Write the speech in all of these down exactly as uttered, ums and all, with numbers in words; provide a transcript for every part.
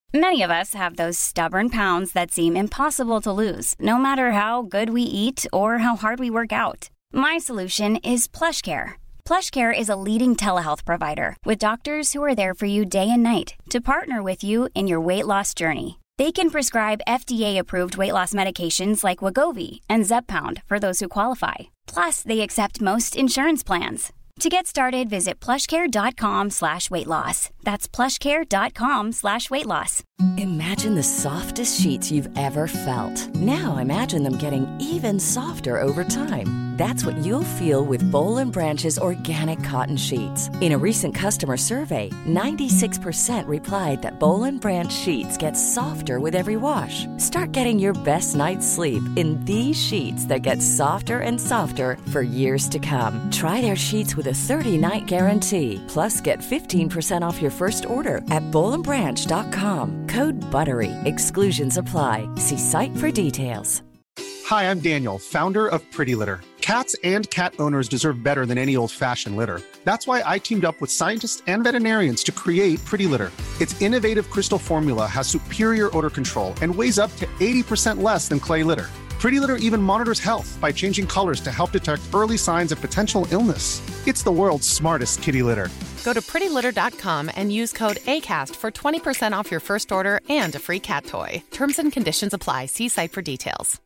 Many of us have those stubborn pounds that seem impossible to lose, no matter how good we eat or how hard we work out. My solution is PlushCare. PlushCare is a leading telehealth provider with doctors who are there for you day and night to partner with you in your weight loss journey. They can prescribe F D A-approved weight loss medications like Wegovy and Zepbound for those who qualify. Plus, they accept most insurance plans. To get started, visit plushcare.com slash weight loss. That's plushcare.com slash weight loss. Imagine the softest sheets you've ever felt. Now imagine them getting even softer over time. That's what you'll feel with Boll and Branch's organic cotton sheets. In a recent customer survey, ninety-six percent replied that Boll and Branch sheets get softer with every wash. Start getting your best night's sleep in these sheets that get softer and softer for years to come. Try their sheets with a thirty-night guarantee. Plus, get fifteen percent off your first order at boll and branch dot com. Code BUTTERY. Exclusions apply. See site for details. Hi, I'm Daniel, founder of Pretty Litter. Cats and cat owners deserve better than any old-fashioned litter. That's why I teamed up with scientists and veterinarians to create Pretty Litter. Its innovative crystal formula has superior odor control and weighs up to eighty percent less than clay litter. Pretty Litter even monitors health by changing colors to help detect early signs of potential illness. It's the world's smartest kitty litter. Go to pretty litter dot com and use code ACAST for twenty percent off your first order and a free cat toy. Terms and conditions apply. See site for details.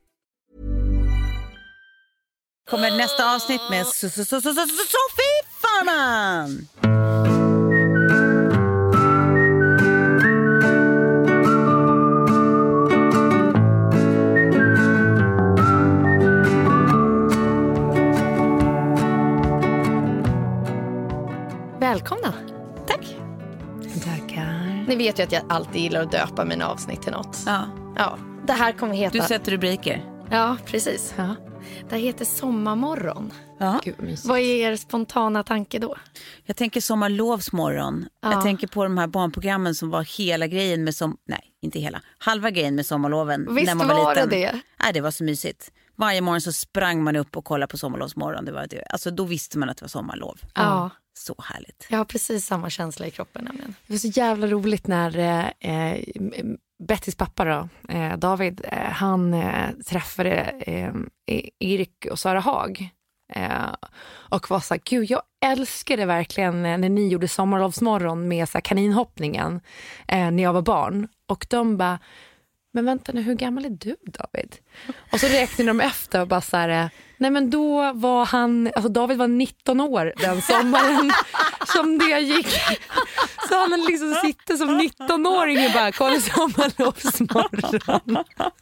Kommer nästa avsnitt med Sofie Farman. Välkomna. Tack. Tackar. Ni vet ju att jag alltid gillar att döpa mina avsnitt till något. Ja. Ja, det här kommer heta... Du sätter rubriker. Ja, precis. Ja. Det här heter Sommarmorgon. Ja. Gud, vad är er spontana tanke då? Jag tänker sommarlovsmorgon. Ja. Jag tänker på de här barnprogrammen som var hela grejen med som... Nej, inte hela. Halva grejen med sommarloven. Visst när man var, var liten. det det? Nej, det var så mysigt. Varje morgon så sprang man upp och kollade på sommarlovsmorgon. Det var det. Alltså då visste man att det var sommarlov. Ja. Så härligt. Jag har precis samma känsla i kroppen nämligen. Det var så jävla roligt när eh, Bettys pappa då, eh, David, eh, han eh, träffade eh, Erik och Sara Haag. Eh, och var så här, gud jag älskade verkligen när ni gjorde sommarlovsmorgon med så här, kaninhoppningen eh, när jag var barn. Och de bara, men vänta nu, hur gammal är du David? Och så räknade de efter och bara så här, nej men då var han, alltså David var nitton år den sommaren som det gick. Så han liksom sitter som nittonåring och bara kollar sommarlovsmorgon.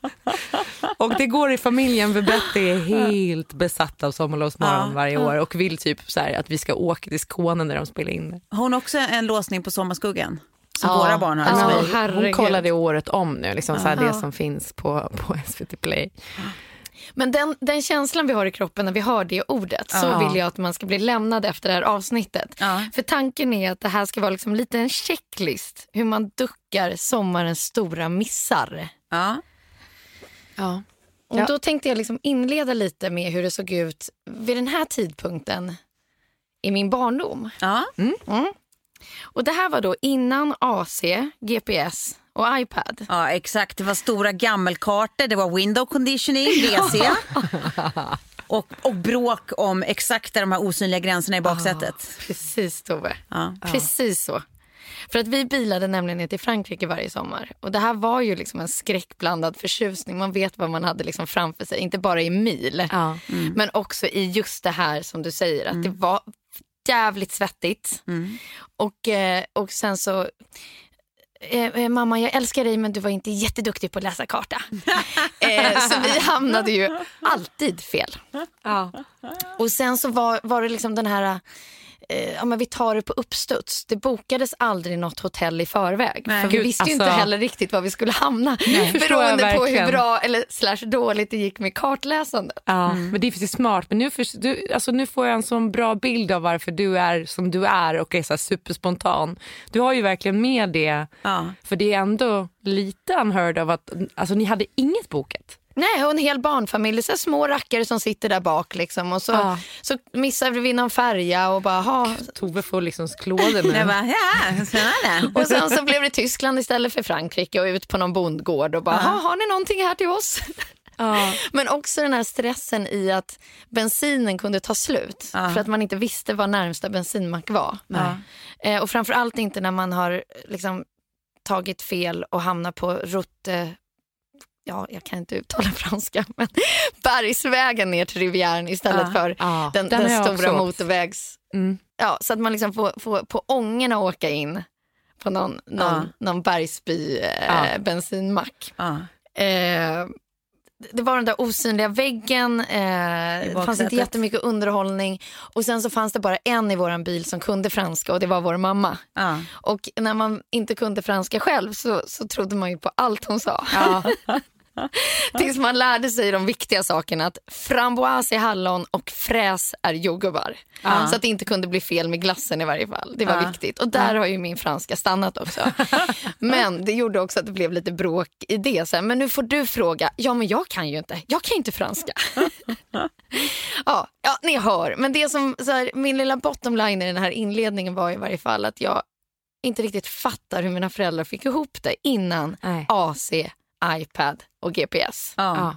Och det går i familjen, för Betty är helt besatt av sommarlovsmorgon ja, varje år och vill typ så här att vi ska åka till Skåne när de spelar in. Har hon också en låsning på Sommarskuggan? Som ja, våra barn har. Ja, hon kollade året om nu, liksom så här det som finns på, på S V T Play. Men den, den känslan vi har i kroppen när vi hör det ordet, så ja. vill jag att man ska bli lämnad efter det här avsnittet. Ja. För tanken är att det här ska vara liksom lite en checklist. Hur man duckar sommarens stora missar. Ja. Ja. Och ja. Då tänkte jag liksom inleda lite med hur det såg ut vid den här tidpunkten i min barndom. Ja. Mm. Mm. Och det här var då innan A C, G P S och iPad. Ja, exakt. Det var stora gammelkartor, det var window conditioning, V C. och, och bråk om exakt de här osynliga gränserna i baksätet. Oh, precis, Tove. Ja. Precis så. För att vi bilade nämligen ner till Frankrike varje sommar. Och det här var ju liksom en skräckblandad förtjusning. Man vet vad man hade liksom framför sig. Inte bara i mil, ja. mm. men också i just det här som du säger. Att mm. det var jävligt svettigt. Mm. Och, och sen så... Eh, mamma, jag älskar dig, men du var inte jätteduktig på att läsa karta. eh, så vi hamnade ju alltid fel. Ja. Och sen så var, var det liksom den här... Eh, ja, men vi tar det på uppstuds. Det bokades aldrig något hotell i förväg. Nej, för Gud, vi visste alltså, ju inte heller riktigt var vi skulle hamna. Nej, beroende på hur bra eller slash dåligt det gick med kartläsandet. Ja, mm. men det är för smart. Men nu, för, du, alltså, nu får jag en sån bra bild av varför du är som du är och är så här superspontan. Du har ju verkligen med det. Ja. För det är ändå lite unheard av att alltså, ni hade inget bokat. Nej, och en hel barnfamilj, så små rackare som sitter där bak liksom. Och så, ja. så missade vi någon färja och bara, ha. Tove får liksom klåda med. Jag bara, ja, spännande. Och sen så blev det Tyskland istället för Frankrike och ut på någon bondgård och bara, ha, har ni någonting här till oss? Ja. Men också den här stressen i att bensinen kunde ta slut Ja. för att man inte visste vad närmsta bensinmack var. Ja. Eh, och framförallt inte när man har liksom tagit fel och hamnat på rutte, ja, jag kan inte uttala franska, men bergsvägen ner till Rivieran istället Ja. för Ja, den, den den har jag stora också åkt. motorvägs... Mm. Ja, så att man liksom får, får på ångerna åka in på någon, någon, Ja. någon Bergsby eh, Ja. bensinmack. Ja. Eh, det var den där osynliga väggen, eh, det fanns baksätet. inte jättemycket underhållning och sen så fanns det bara en i våran bil som kunde franska och det var vår mamma. Ja. Och när man inte kunde franska själv så, så trodde man ju på allt hon sa. Ja. Tills man lärde sig de viktiga sakerna, att framboise är hallon och fräs är jordgubbar. Ja. Så att det inte kunde bli fel med glassen i varje fall. Det var Ja. viktigt. Och där har ju min franska stannat också. Men det gjorde också att det blev lite bråk i det. Så här, men nu får du fråga. Ja, men jag kan ju inte. Jag kan ju inte franska. ja, ja, ni hör. Men det som, så här, min lilla bottom line i den här inledningen var i varje fall att jag inte riktigt fattar hur mina föräldrar fick ihop det innan Nej. A C, iPad och G P S. Ja. Ja.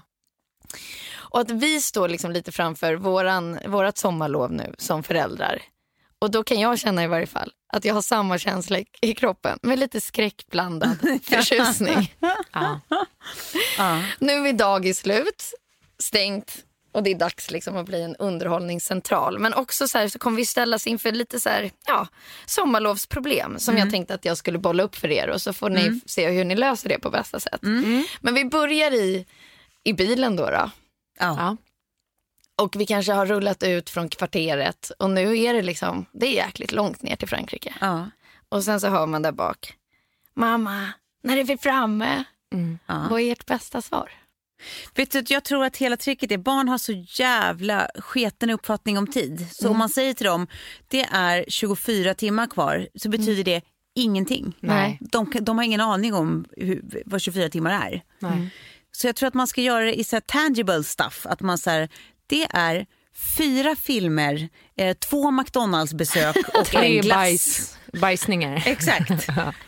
Och att vi står liksom lite framför våran, vårat sommarlov nu som föräldrar. Och då kan jag känna i varje fall att jag har samma känsla i- i kroppen med lite skräckblandad förtjusning. Ja. Ja. Nu är dagis slut, stängt och det är dags liksom att bli en underhållningscentral. Men också så här, så kommer vi ställas inför lite så här, ja, sommarlovsproblem som jag tänkte att jag skulle bolla upp för er och så får ni se hur ni löser det på bästa sätt. Men vi börjar i, i bilen då då. Ja. Ja. Och vi kanske har rullat ut från kvarteret och nu är det liksom, det är jäkligt långt ner till Frankrike. Ja. Och sen så hör man där bak, mamma, när är vi framme? Ja. Vad är ert bästa svar? Vet du, jag tror att hela tricket är barn har så jävla sketen uppfattning om tid. Så om man säger till dem, det är tjugofyra timmar kvar, så betyder det ingenting. Nej. De, de har ingen aning om hur, vad tjugofyra timmar är. Nej. Så jag tror att man ska göra det i så här tangible stuff. Att man så här, det är fyra filmer, eh, två McDonalds-besök och en Tre glass. bajs, bajsningar. Exakt.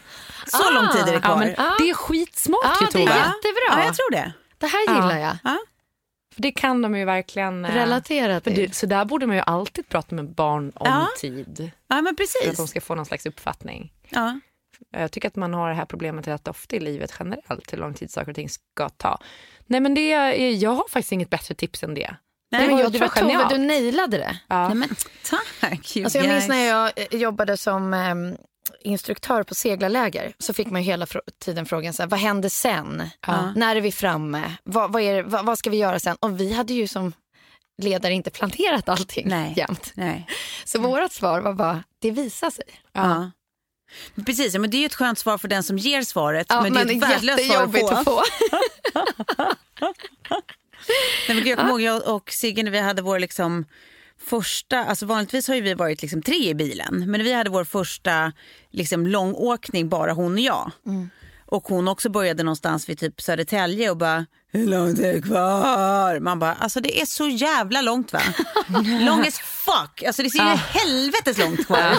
Så lång tid är det kvar. Ja, men Ah. det är skitsmart Ja, ju, det är Tove. jättebra. Ja, jag tror det. Det här gillar jag. Ja. För det kan de ju verkligen eh, Relatera för till. det, så där borde man ju alltid prata med barn om Ja. tid. Ja, men För att de precis. ska få någon slags uppfattning. Ja. Jag tycker att man har det här problemet rätt ofta i livet generellt, hur lång tid saker och ting ska ta. Nej, men det är, jag har faktiskt inget bättre tips än det. Nej, men var- jag det tror var att Tove, genialt. du nailade det. Ja. Nej, men tack. you Alltså jag minns guys. när jag eh, jobbade som eh, instruktör på seglarläger så fick man ju hela fr- tiden frågan så här, vad händer sen? Ja. När är vi framme? Vad, vad, är, det- vad, vad ska vi göra sen? Och vi hade ju som ledare inte planerat allting Nej. jämt. Nej. Så vårat svar var bara, det visar sig. Ja. Precis, men det är ju ett skönt svar för den som ger svaret. Ja, men det är ett värdelöst svar att jättejobbigt få. att få. Nej, men gud, jag kommer ihåg jag och Sigge när vi hade vår liksom första, alltså vanligtvis har ju vi varit liksom tre i bilen, men när vi hade vår första liksom långåkning, bara hon och jag. Mm. Och hon också började någonstans vid typ Södertälje och bara, hur långt är det kvar? Man bara, alltså det är så jävla långt va? Long as fuck, alltså det ser ju helvetes långt kvar.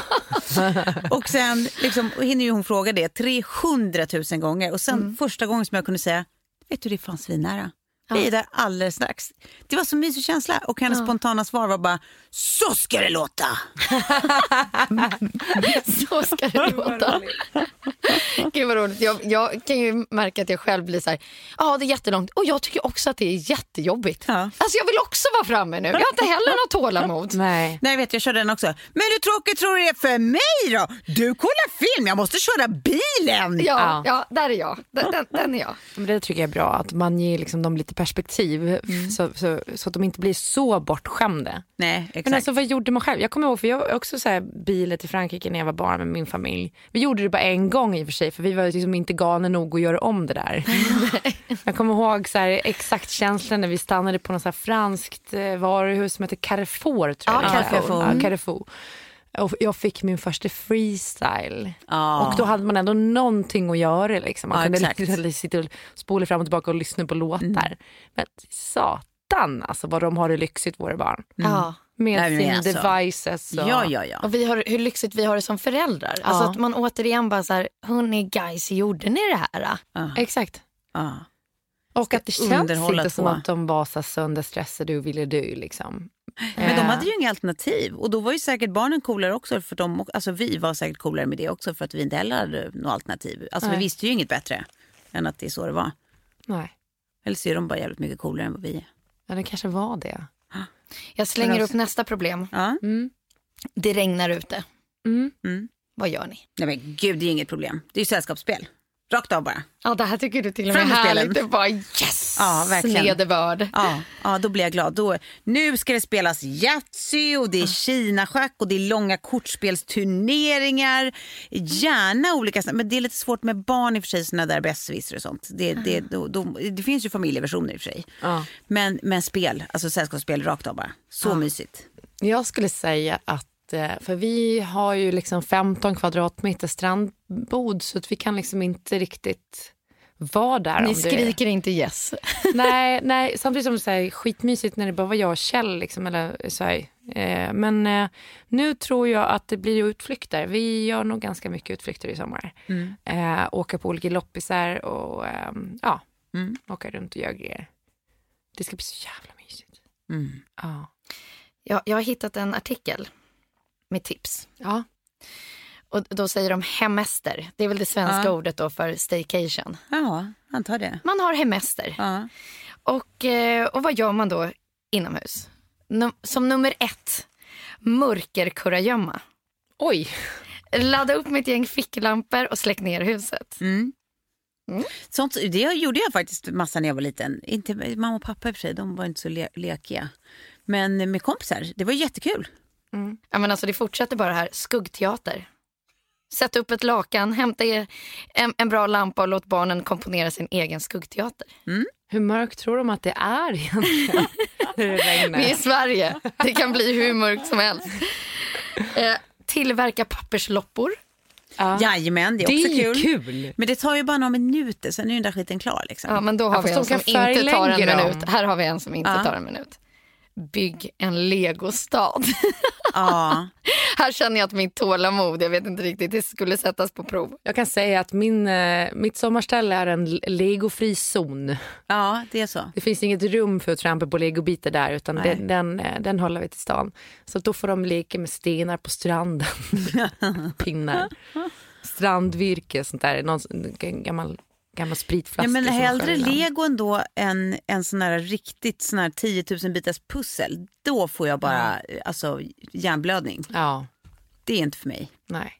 Och sen liksom, hinner ju hon fråga det trehundratusen gånger och sen Mm. första gången som jag kunde säga, vet du det fanns vi nära. Vi är där alldeles strax. Det var så mysig känsla och hennes spontana svar var bara, så ska det låta. Så ska det låta. Gud vad roligt. Jag, jag kan ju märka att jag själv blir så här, ja det är jättelångt. Och jag tycker också att det är jättejobbigt. Ja. Alltså jag vill också vara framme nu. Jag har inte heller något tålamod. Nej. Nej, jag vet, jag körde den också. Men hur tråkigt tror du det är för mig då? Du kollar film, jag måste köra bilen. Ja, Ja. ja, där är jag. Den, den, den är jag. Men det tycker jag är bra, att man ger liksom dem lite perspektiv så, så, så att de inte blir så bortskämda. Nej, exakt. Men alltså vad gjorde man själv? Jag kommer ihåg, för jag var också så här bilen till Frankrike när jag var barn med min familj. Vi gjorde det bara en gång i och för sig, för vi var liksom inte galna nog att göra om det där. Jag kommer ihåg så här, exakt känslan när vi stannade på något så här franskt eh, varuhus som heter Carrefour, tror jag. Ja, Carrefour. Ja, Carrefour. Och jag fick min första freestyle. Ja. Och då hade man ändå någonting att göra. Liksom. Man Ja, kunde exakt. liksom sitta och spola fram och tillbaka och lyssna på låtar. Mm. Men satan, alltså vad de har det lyxigt, våra barn. Ja. Med Nej, men sin alltså. devices. Och... Ja, ja, ja. Och vi har, hur lyxigt vi har det som föräldrar. Alltså Ja. att man återigen bara så här, hörni guys, gjorde ni det här? ja. Exakt. ja. Och att det känns underhålla inte som två. att de var så sönderstressade och ville dö liksom. Men de Eh, hade ju inga alternativ. Och då var ju säkert barnen coolare också. För de, alltså vi var säkert coolare med det också. För att vi inte heller hade något alternativ. Alltså Nej. vi visste ju inget bättre än att det är så det var. Nej, Eller så är de bara jävligt mycket coolare än vad vi är. ja, det kanske var det. Jag slänger Men upp alltså- nästa problem. Ja. Mm. Det regnar ute. Mm. Mm. Vad gör ni? Nej men gud, det är inget problem. Det är ju sällskapsspel. Rakt av bara. Ja, det här tycker du till och med Fram är med spelen. härligt. Det bara yes! Ja, verkligen. Nederbörd. Ja, ja, då blir jag glad. Då, nu ska det spelas Yatzy och det är Kina-schack och det är långa kortspelsturneringar. Gärna olika, men det är lite svårt med barn i och för sig, såna där besserwisser och sånt. Det, det, då, då, det finns ju familjeversioner i och för sig. Ja. Men, men spel, alltså sällskapsspel rakt av bara. Så mysigt. Jag skulle säga att, för vi har ju liksom femton kvadratmeter strandbod så att vi kan liksom inte riktigt vara där. Ni om det- skriker inte yes. nej, nej, samtidigt som det är skitmysigt när det bara var jag och Kjell liksom, eller så här. Eh, men eh, nu tror jag att det blir utflykter. Vi gör nog ganska mycket utflykter i sommar. Mm. Eh, åka på olika loppisar och eh, ja, Mm. åka runt och göra grejer. Det ska bli så jävla mysigt. Mm. Ja. Jag, jag har hittat en artikel med tips. Ja. Och då säger de hemester. Det är väl det svenska Ja. ordet då för staycation. Ja, antar det. Man har hemester. Ja. Och, eh, och vad gör man då inomhus? Num- som nummer ett, mörkerkurragömma. Oj. Ladda upp med ett gäng ficklampor och släck ner huset. Mm. Mm. Sånt, det gjorde jag faktiskt massa när jag var liten. Inte, mamma och pappa i och för sig, de var inte så le- lekiga. Men med kompisar, det var jättekul. Mm. Ja, men alltså det fortsätter bara här. Skuggteater. Sätt upp ett lakan, hämta er en, en bra lampa och låt barnen komponera sin egen skuggteater. Hur mörkt tror de att det är egentligen? När det regnar? Vi är i Sverige. Det kan bli hur mörkt som helst. Eh, tillverka pappersloppor. Ja. Jajamän, det är Det också är ju kul. kul. Men det tar ju bara några minuter, sen är ju den där skiten klar liksom. Ja, men då har Ja, vi fast en de som kan inte tar en färglägga minut. dem. Här har vi en som inte Ja. tar en minut. Bygg en legostad. Ja. Här känner jag att mitt tålamod, jag vet inte riktigt, det skulle sättas på prov. Jag kan säga att min, eh, mitt sommarställe är en legofri zon. ja, det är så. Det finns inget rum för att trampa på legobitar där, utan Nej. den, den, eh, den håller vi till stan. Så då får de leka med stenar på stranden. Pinnar. Strandvirke, sånt där. Någon en gammal, gammal spritflaska. Ja, men som hellre sköljer den. lego ändå än en sån här riktigt sån här tio tusen bitars pussel. Då får jag bara alltså, hjärnblödning. Ja, Det är inte för mig. nej.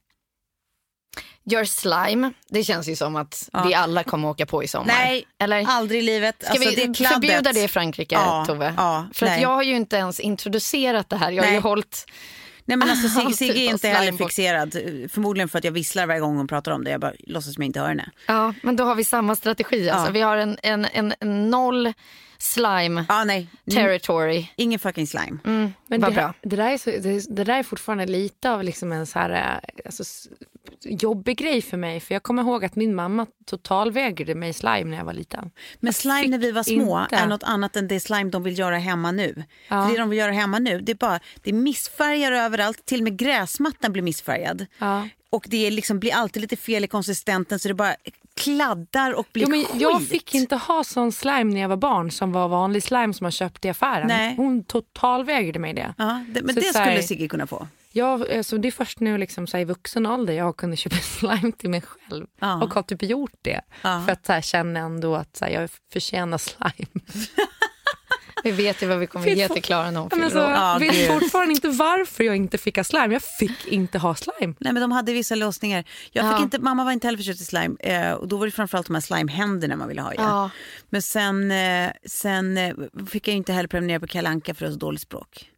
Gör slime, det känns ju som att Ja. vi alla kommer åka på i sommar. Nej, Eller? aldrig i livet. Ska Alltså, vi det är kladdet. förbjuda det i Frankrike, Ja, Tove? ja, För att nej. jag har ju inte ens introducerat det här. Jag har Nej. ju hållit... Nej, men alltså Sigge, All Sigge typ är av inte heller slime bort. fixerad. Förmodligen för att jag visslar varje gång hon pratar om det. Jag bara låtsas som jag inte hör henne. Ja, men då har vi samma strategi. Alltså. Ja. Vi har en, en, en, en noll slime Ja, nej. territory. Ingen fucking slime. Mm, Men vad det, bra. det, där är så, det, det där är fortfarande lite av liksom en så här, eh, alltså, s- jobbig grej för mig. För jag kommer ihåg att min mamma totalvägrade mig slime när jag var liten. Men slime när vi var små inte. är något annat än det slime de vill göra hemma nu. Ja. För det de vill göra hemma nu, det är bara det är missfärgar överallt. Till och med gräsmattan blir missfärgad. Ja. Och det är liksom, blir alltid lite fel i konsistenten så det bara kladdar och blir Jo, men skit. jag fick inte ha sån slime när jag var barn som var vanlig slime som man köpte i affären. Nej. Hon totalvägrade mig det. Ja, det, men Så det så här- skulle Sigge kunna få. Jag, alltså, det är först nu liksom, så här, i vuxen ålder jag kunde köpa slime till mig själv. Ja. Och har typ gjort det. Ja. För att så här, känna ändå att så här, jag förtjänar slime. Vi vet ju vad vi kommer Vet ge for- till Klara när hon Men fyller alltså, år. Ja, vet gud. fortfarande inte varför jag inte fick ha slime. Jag fick inte ha slime. Nej, men de hade vissa låsningar. Jag fick Ja. inte, mamma var inte heller förtjust i slime. Eh, och då var det framförallt de här slimehänderna man ville ha. Ja. Ja. Men sen, eh, sen eh, fick jag inte heller prenumerera på Kalle Anka för det var så dåligt språk.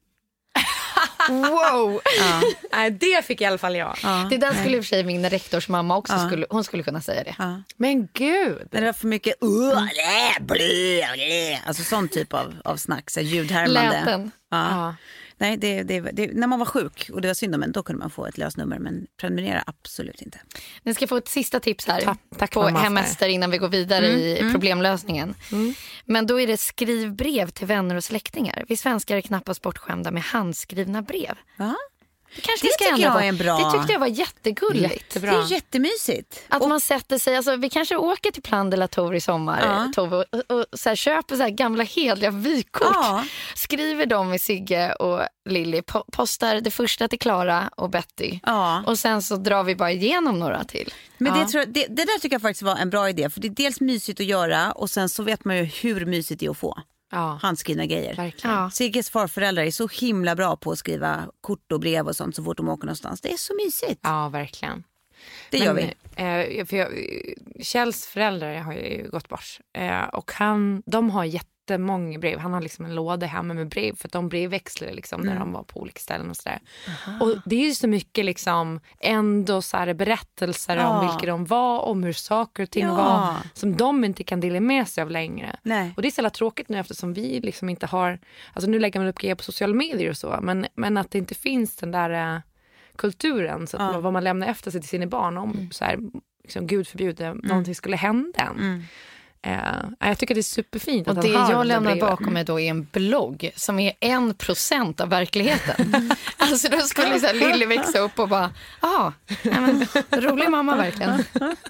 Wow! Ja. Nej, det fick i alla fall jag. Ja. Det där skulle i och för sig min rektors mamma också Ja. skulle, hon skulle kunna säga det. Ja. Men gud. Men det var för mycket uh, blä, blä, blä. Alltså sån typ av, av snack, så här ljudhärmande. Läten. Ja. Ja. Nej, det, det, det, när man var sjuk och det var synd om en, då kunde man få ett lösnummer, men prenumerera absolut inte. Ni ska få ett sista tips här Ta, tack på hemester innan vi går vidare mm, i mm. problemlösningen. Mm. Men då är det skriv brev till vänner och släktingar. Vi svenskar är knappast bortskämda med handskrivna brev. Ja. Det, kanske det ska tycker jag är en bra. Det tyckte jag var jättegulligt. Jättebra. Det är jättemysigt. Att och... man sätter sig, alltså, vi kanske åker till Plan de la Tour i sommar, ja. Tove, och, och, och så här, köper så här gamla hedliga vykort. Ja. Skriver dem med Sigge och Lilly, po- postar det första till Klara och Betty. Ja. Och sen så drar vi bara igenom några till. Men ja. det, tror jag, det, det där tycker jag faktiskt var en bra idé. För det är dels mysigt att göra och sen så vet man ju hur mysigt det är att få. Ja. Handskrivna grejer. Ja. Sigges farföräldrar är så himla bra på att skriva kort och brev och sånt så fort de åker någonstans. Det är så mysigt. Ja, verkligen. Det Men, gör vi. Eh, för jag, Kjells föräldrar har ju gått bort. Eh, och han, de har jättemånga brev. Han har liksom en låda hemma med brev. För att de brevväxlade liksom mm. när de var på olika ställen och sådär. Aha. Och det är ju så mycket liksom ändå så här berättelser ja. om vilka de var. Om hur saker och ting ja. var. Som de inte kan dela med sig av längre. Nej. Och det är så jävla tråkigt nu eftersom vi liksom inte har. Alltså nu lägger man upp grejer på sociala medier och så. Men, men att det inte finns den där. Uh, kulturen så att ja. vad man lämnar efter sig till sina barn om mm. så här, liksom, Gud förbjude mm. någonting skulle hända mm. uh, jag tycker det är superfint och att det jag lämnar bakom mig då är en blogg som är en procent av verkligheten. Alltså då skulle så här, Lille växa upp och bara ah, men, rolig mamma verkligen.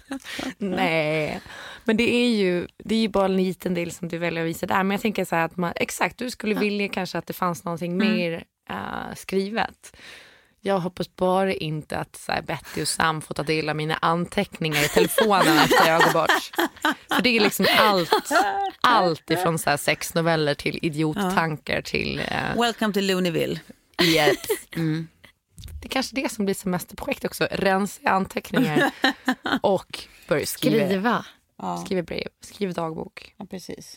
Nej, men det är ju det är ju bara en liten del som du väljer att visa där, men jag tänker så här att man, exakt, du skulle vilja kanske att det fanns någonting mm. mer uh, skrivet. Jag hoppas bara inte att så här, Betty och Sam får ta del av mina anteckningar i telefonen efter jag går bort. För det är liksom allt, allt ifrån så här, sexnoveller till idiottankar ja. till... Uh, Welcome to Looneyville. Yes. Mm. Det är kanske det som blir semesterprojekt också. Rensa anteckningar och börja skriva. Skriva. Ja. Skriva brev, skriva dagbok. Ja, precis.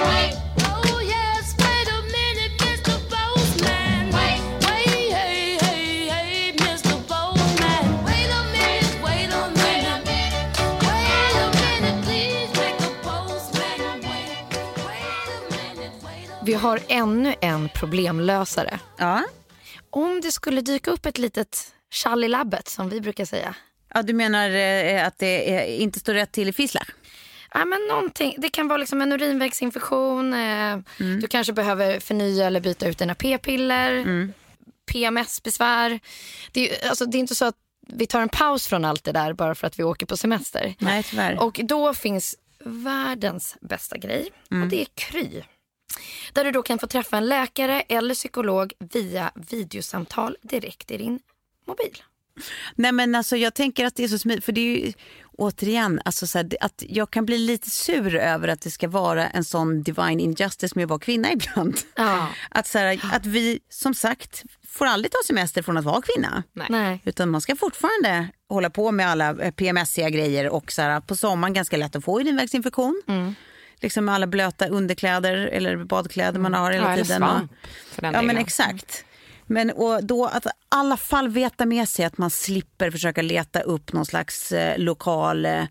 Vi har ännu en problemlösare. Ja. Om det skulle dyka upp ett litet tjall i labbet som vi brukar säga. Ja, du menar eh, att det är, inte står rätt till i fisslar? Ja, men någonting. Det kan vara liksom en urinvägsinfektion. Eh, mm. Du kanske behöver förnya eller byta ut dina p-piller. Mm. P M S-besvär. Det är, alltså, det är inte så att vi tar en paus från allt det där bara för att vi åker på semester. Nej, tyvärr. Och då finns världens bästa grej. Mm. Och det är Kry. Där du då kan få träffa en läkare eller psykolog via videosamtal direkt i din mobil. Nej, men alltså jag tänker att det är så smidigt, för det är ju återigen alltså så här, att jag kan bli lite sur över att det ska vara en sån divine injustice med att vara kvinna ibland. Ja. Att, så här, att vi som sagt får aldrig ta semester från att vara kvinna. Nej. Utan man ska fortfarande hålla på med alla P M S-iga grejer och så här, på sommaren ganska lätt att få urinvägsinfektion. Mm. Liksom alla blöta underkläder eller badkläder man har hela ja, tiden. Svamp, och, ja, men exakt. Men och då att i alla fall veta med sig att man slipper försöka leta upp någon slags eh, lokal eh,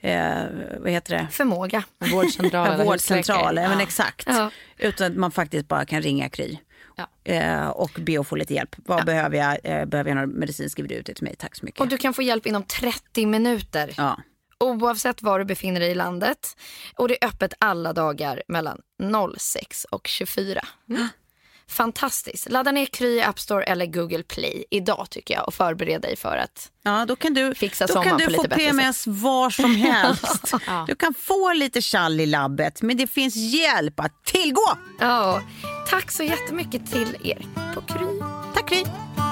vad heter det? Förmåga. Vårdcentral. Ja, vårdcentral, ja. Men exakt. Ja. Utan att man faktiskt bara kan ringa Kry. Ja. Eh, och be att få lite hjälp. Vad ja. behöver jag? Eh, behöver jag någon medicin, skriver du ut det till mig. Tack så mycket. Och du kan få hjälp inom trettio minuter. Ja. Oavsett var du befinner dig i landet. Och det är öppet alla dagar mellan noll sex och tjugofyra. Mm. Fantastiskt. Ladda ner Kry i App Store eller Google Play idag tycker jag och förbered dig för att ja, då kan du, fixa då sommar kan du på lite få bättre P M S sätt. Var som helst. Ja. Du kan få lite tjall i labbet, men det finns hjälp att tillgå. Ja, tack så jättemycket till er på Kry. Tack Kry.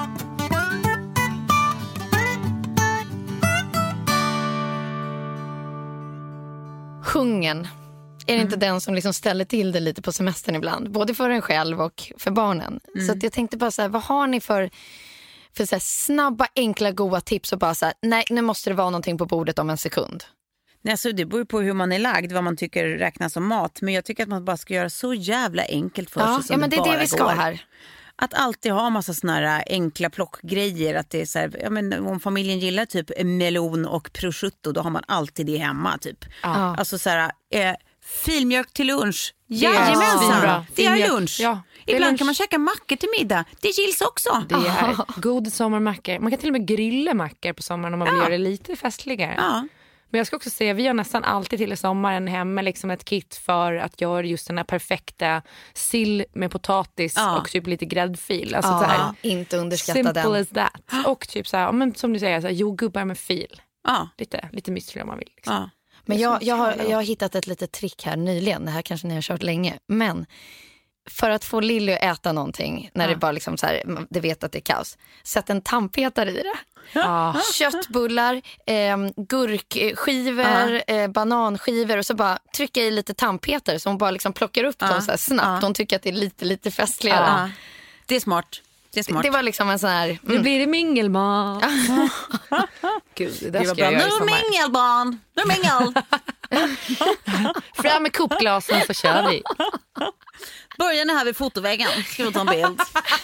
Hungern. Är det mm. inte den som liksom ställer till det lite på semestern ibland? Både för en själv och för barnen. Mm. Så att jag tänkte bara så här, vad har ni för, för så här snabba, enkla, goda tips? Och bara så här, nej, nu måste det vara någonting på bordet om en sekund. Nej, så det beror på hur man är lagd, vad man tycker räknas som mat. Men jag tycker att man bara ska göra så jävla enkelt för ja, sig som ja, men det är det vi ska går. här. Att alltid ha massa såna här enkla plockgrejer. Att det är så här, ja, men om familjen gillar typ melon och prosciutto, då har man alltid det hemma typ. Ja. Alltså så här, eh, filmjölk till lunch. Jajamensan, det är lunch. Ja. Ibland lunch. kan man käka mackor till middag. Det gills också. Det är god sommarmackor. Man kan till och med grilla mackor på sommaren om man vill Ja. göra det lite festligare. Ja. Men jag ska också säga, vi har nästan alltid till i sommaren hemma liksom ett kit för att göra just den här perfekta sill med potatis Ja. och typ lite gräddfil. Alltså Ja, så här, inte underskatta simple den. as that. Och typ så här, men som du säger, så här, jordgubbar med fil. Ja. Lite, lite müsli om man vill. Liksom. Ja. Men jag, jag, har, jag har hittat ett litet trick här nyligen. Det här kanske ni har kört länge. Men för att få Lilly att äta någonting när det bara liksom så här, det vet att det är kaos. Sätt en tandpetare i det. Ja. Köttbullar, eh, gurkskivor, eh, bananskivor och så bara trycka i lite tandpetare så hon bara liksom plockar upp dem så här snabbt. Ja. Hon tycker att det är lite, lite festligare. Ja. Det är smart. Det är smart. Det var liksom en sån här... Nu blir det mingelmat. Gud, det där Det var ska bra. jag Nu göra i är sommar. mingel, barn. Nu är mingel. Fram med kopglasen så kör vi. Börjar ni här vid fotoväggen. Ska vi ta en bild?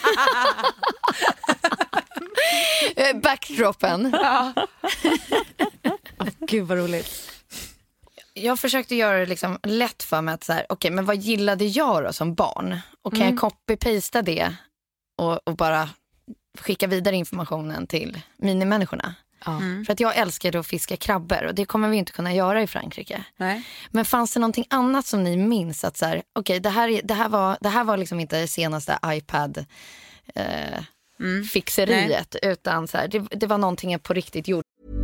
Eh, Backdropen. Gud vad roligt. Jag försökte göra det liksom lätt för mig att så här, okej, men vad gillade jag då som barn? Och kan jag copy-pasta det och, och bara skicka vidare informationen till minimänniskorna? Ja. För att jag älskade att fiska krabbor och det kommer vi inte kunna göra i Frankrike. Nej. Men fanns det någonting annat som ni minns att så här, okej, det här, är- det här var, det här var liksom inte det senaste iPad eh, fixeriet utan så här, det, det var någonting jag på riktigt gjorde.